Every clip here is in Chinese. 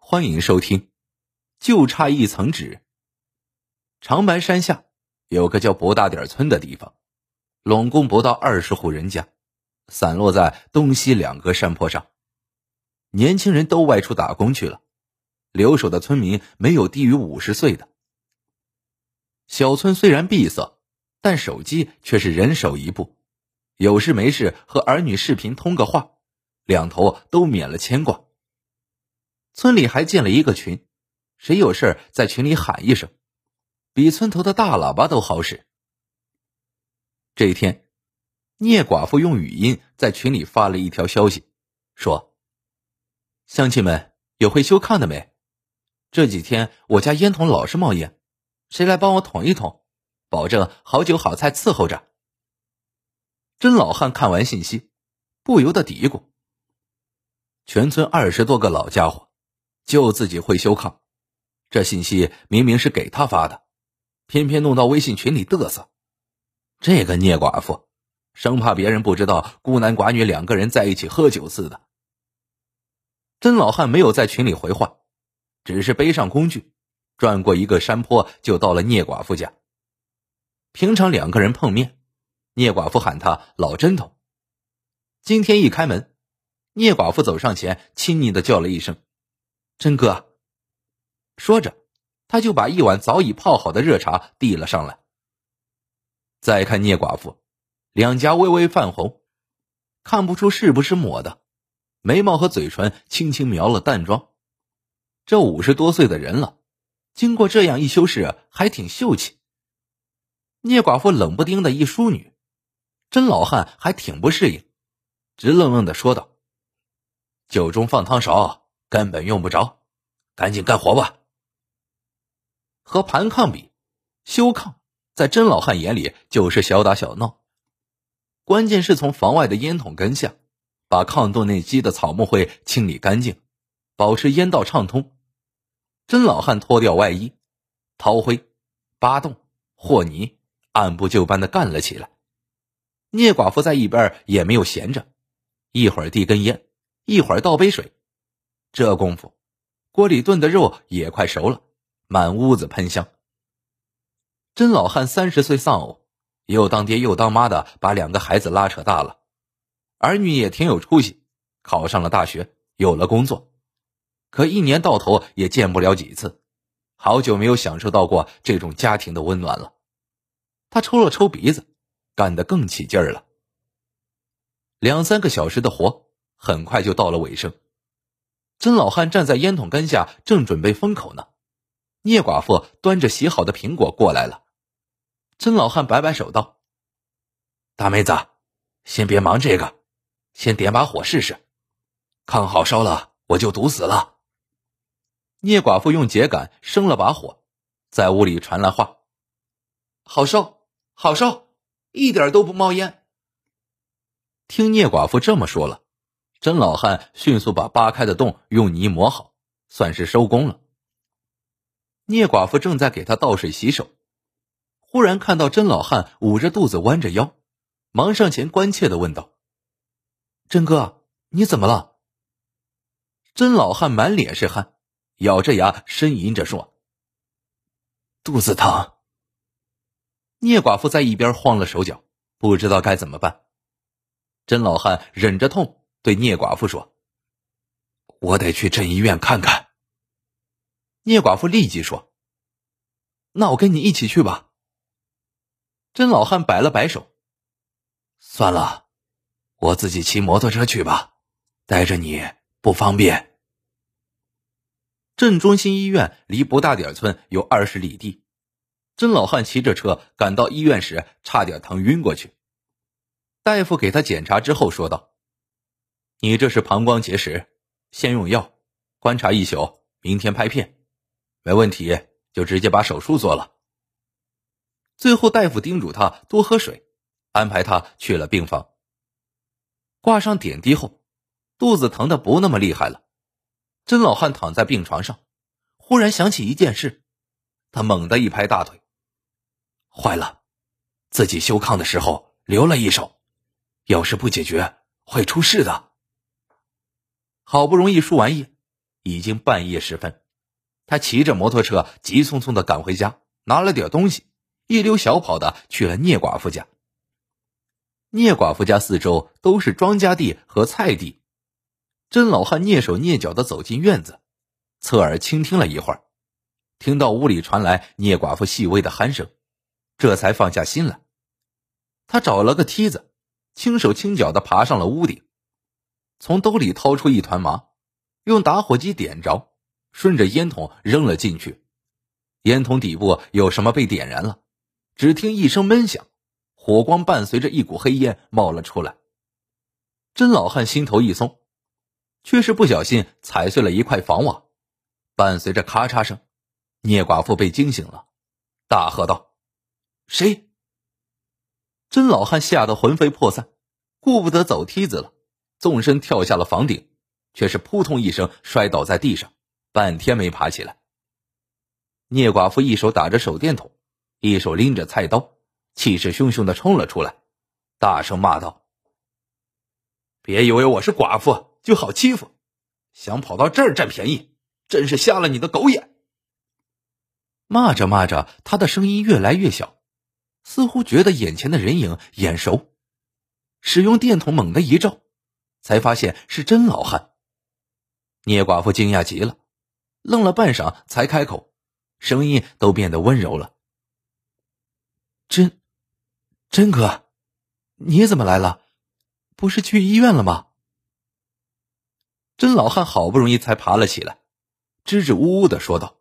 欢迎收听。就差一层纸。长白山下有个叫博大点村的地方，拢共不到20户人家，散落在东西2个山坡上。年轻人都外出打工去了，留守的村民没有低于50岁的。小村虽然闭塞，但手机却是人手一部，有事没事和儿女视频通个话，两头都免了牵挂。村里还建了一个群，谁有事在群里喊一声，比村头的大喇叭都好使。这一天，聂寡妇用语音在群里发了一条消息，说：乡亲们，有会修炕的没？这几天我家烟筒老是冒烟，谁来帮我捅一捅，保证好酒好菜伺候着。甄老汉看完信息，不由得嘀咕：全村20多个老家伙，就自己会修炕，这信息明明是给他发的，偏偏弄到微信群里嘚瑟。这个聂寡妇生怕别人不知道孤男寡女2个人在一起喝酒似的。甄老汉没有在群里回话，只是背上工具，转过一个山坡就到了聂寡妇家。平常2个人碰面，聂寡妇喊他老甄头，今天一开门，聂寡妇走上前亲昵地叫了一声甄哥。说着，他就把一碗早已泡好的热茶递了上来。再看聂寡妇，两颊微微泛红，看不出是不是抹的，眉毛和嘴唇轻轻描了淡妆。这50多岁的人了，经过这样一修饰还挺秀气。聂寡妇冷不丁的一淑女，甄老汉还挺不适应，直愣愣地说道：酒中放汤勺根本用不着，赶紧干活吧。和盘炕比，修炕在甄老汉眼里就是小打小闹，关键是从房外的烟筒根下把炕洞内积的草木灰清理干净，保持烟道畅通。甄老汉脱掉外衣，掏灰、扒洞、和泥，按部就班地干了起来。聂寡妇在一边也没有闲着，一会儿递根烟，一会儿倒杯水。这功夫，锅里炖的肉也快熟了，满屋子喷香。甄老汉30岁丧偶，又当爹又当妈的把2个孩子拉扯大了，儿女也挺有出息，考上了大学，有了工作。可1年到头也见不了几次，好久没有享受到过这种家庭的温暖了。他抽了抽鼻子，干得更起劲儿了。2、3个小时的活很快就到了尾声。甄老汉站在烟筒根下正准备封口呢，聂寡妇端着洗好的苹果过来了。甄老汉摆摆手道：大妹子，先别忙这个，先点把火试试，炕好烧了我就毒死了。聂寡妇用秸秆生了把火，在屋里传来话：好烧好烧，一点都不冒烟。听聂寡妇这么说了，甄老汉迅速把扒开的洞用泥抹好，算是收工了。聂寡妇正在给他倒水洗手，忽然看到甄老汉捂着肚子弯着腰，忙上前关切地问道：甄哥，你怎么了？甄老汉满脸是汗，咬着牙呻吟着说：肚子疼。聂寡妇在一边慌了手脚，不知道该怎么办。甄老汉忍着痛对聂寡妇说：我得去镇医院看看。聂寡妇立即说：那我跟你一起去吧。甄老汉摆了摆手：算了，我自己骑摩托车去吧，带着你不方便。镇中心医院离不大点村有20里地，甄老汉骑着车赶到医院时差点疼晕过去。大夫给他检查之后说道：你这是膀胱结石，先用药观察1宿，明天拍片，没问题就直接把手术做了。最后大夫叮嘱他多喝水，安排他去了病房。挂上点滴后，肚子疼得不那么厉害了。甄老汉躺在病床上，忽然想起一件事，他猛地一拍大腿：坏了，自己修炕的时候留了一手，要是不解决会出事的。好不容易输完液， 已经半夜时分，他骑着摩托车急匆匆地赶回家，拿了点东西，一溜小跑的去了聂寡妇家。聂寡妇家四周都是庄稼地和菜地，甄老汉蹑手蹑脚地走进院子，侧耳倾听了一会儿，听到屋里传来聂寡妇细微的鼾声，这才放下心来。他找了个梯子，轻手轻脚地爬上了屋顶，从兜里掏出一团麻，用打火机点着，顺着烟筒扔了进去。烟筒底部有什么被点燃了，只听一声闷响，火光伴随着一股黑烟冒了出来。甄老汉心头一松，却是不小心踩碎了一块房瓦，伴随着咔嚓声，聂寡妇被惊醒了，大喝道：“谁？”甄老汉吓得魂飞魄散，顾不得走梯子了，纵身跳下了房顶，却是扑通一声摔倒在地上，半天没爬起来。聂寡妇一手打着手电筒，一手拎着菜刀，气势汹汹地冲了出来，大声骂道：“别以为我是寡妇就好欺负，想跑到这儿占便宜，真是瞎了你的狗眼！”骂着骂着，他的声音越来越小，似乎觉得眼前的人影眼熟，使用电筒猛地一照，才发现是甄老汉。聂寡妇惊讶极了，愣了半晌才开口，声音都变得温柔了：“甄哥，你怎么来了？不是去医院了吗？”甄老汉好不容易才爬了起来，支支吾吾地说道：“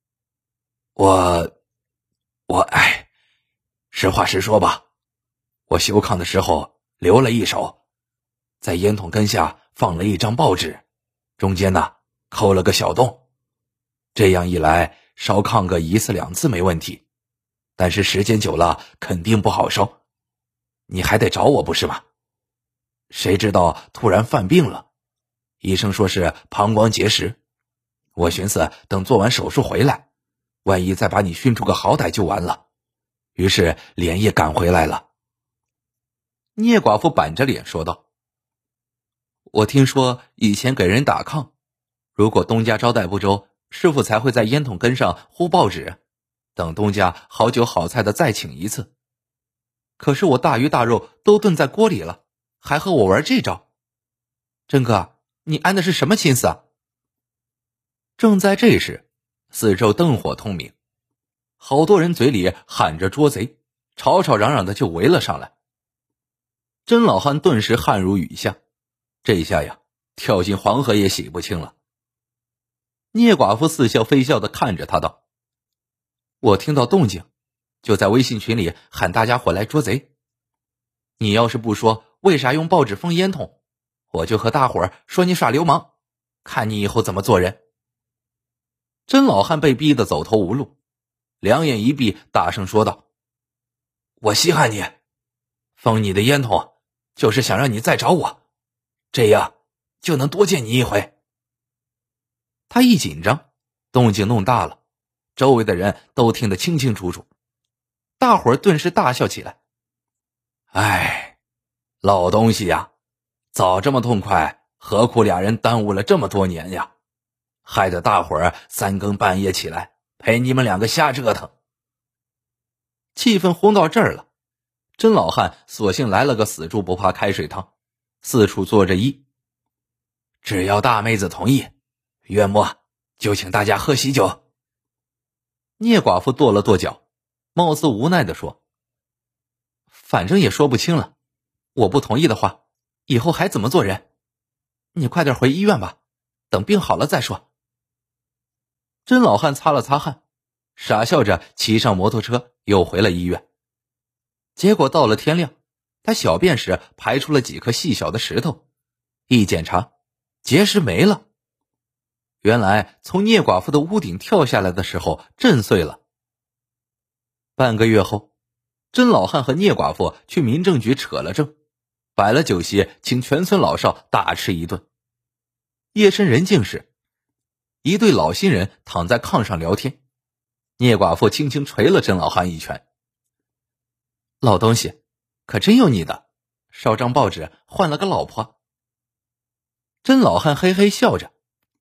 实话实说吧，我修炕的时候留了一手，在烟筒根下放了一张报纸，中间呢抠了个小洞，这样一来烧炕个1次2次没问题，但是时间久了肯定不好烧，你还得找我不是吗？谁知道突然犯病了，医生说是膀胱结石，我寻思等做完手术回来，万一再把你熏出个好歹就完了，于是连夜赶回来了。”聂寡妇板着脸说道：“我听说以前给人打炕，如果东家招待不周，师傅才会在烟筒根上糊报纸，等东家好酒好菜的再请一次。可是我大鱼大肉都炖在锅里了，还和我玩这招？甄哥，你安的是什么心思啊？”正在这时，四周灯火通明，好多人嘴里喊着捉贼，吵吵嚷嚷的就围了上来。甄老汉顿时汗如雨下，这下呀，跳进黄河也洗不清了。聂寡妇似笑非笑地看着他道：“我听到动静，就在微信群里喊大家伙来捉贼。你要是不说为啥用报纸封烟筒，我就和大伙儿说你耍流氓，看你以后怎么做人。”甄老汉被逼得走投无路，两眼一闭，大声说道：“我稀罕你，封你的烟筒就是想让你再找我，这样就能多见你一回。”他一紧张，动静弄大了，周围的人都听得清清楚楚，大伙儿顿时大笑起来。哎，老东西呀，早这么痛快，何苦俩人耽误了这么多年呀，害得大伙儿3更半夜起来陪你们2个瞎折腾。气氛烘到这儿了，甄老汉索性来了个死猪不怕开水烫，四处坐着揖：“只要大妹子同意，月末就请大家喝喜酒。”聂寡妇跺了跺脚，貌似无奈地说：“反正也说不清了，我不同意的话，以后还怎么做人？你快点回医院吧，等病好了再说。”甄老汉擦了擦汗，傻笑着骑上摩托车又回了医院。结果到了天亮，他小便时排出了几颗细小的石头，一检查，结石没了。原来从聂寡妇的屋顶跳下来的时候震碎了。半个月后，甄老汉和聂寡妇去民政局扯了证，摆了酒席，请全村老少大吃一顿。夜深人静时，一对老新人躺在炕上聊天，聂寡妇轻轻捶了甄老汉一拳：“老东西，可真有你的，烧张报纸换了个老婆。”甄老汉嘿嘿笑着：“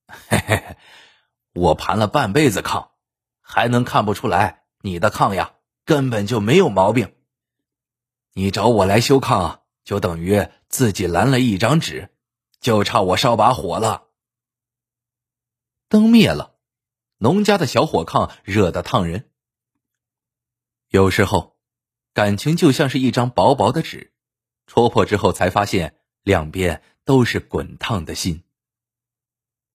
嘿嘿嘿，我盘了半辈子炕，还能看不出来你的炕呀根本就没有毛病。你找我来修炕，就等于自己拦了一张纸，就差我烧把火了。灯灭了，农家的小火炕热得烫人。有时候，感情就像是一张薄薄的纸，戳破之后才发现两边都是滚烫的心。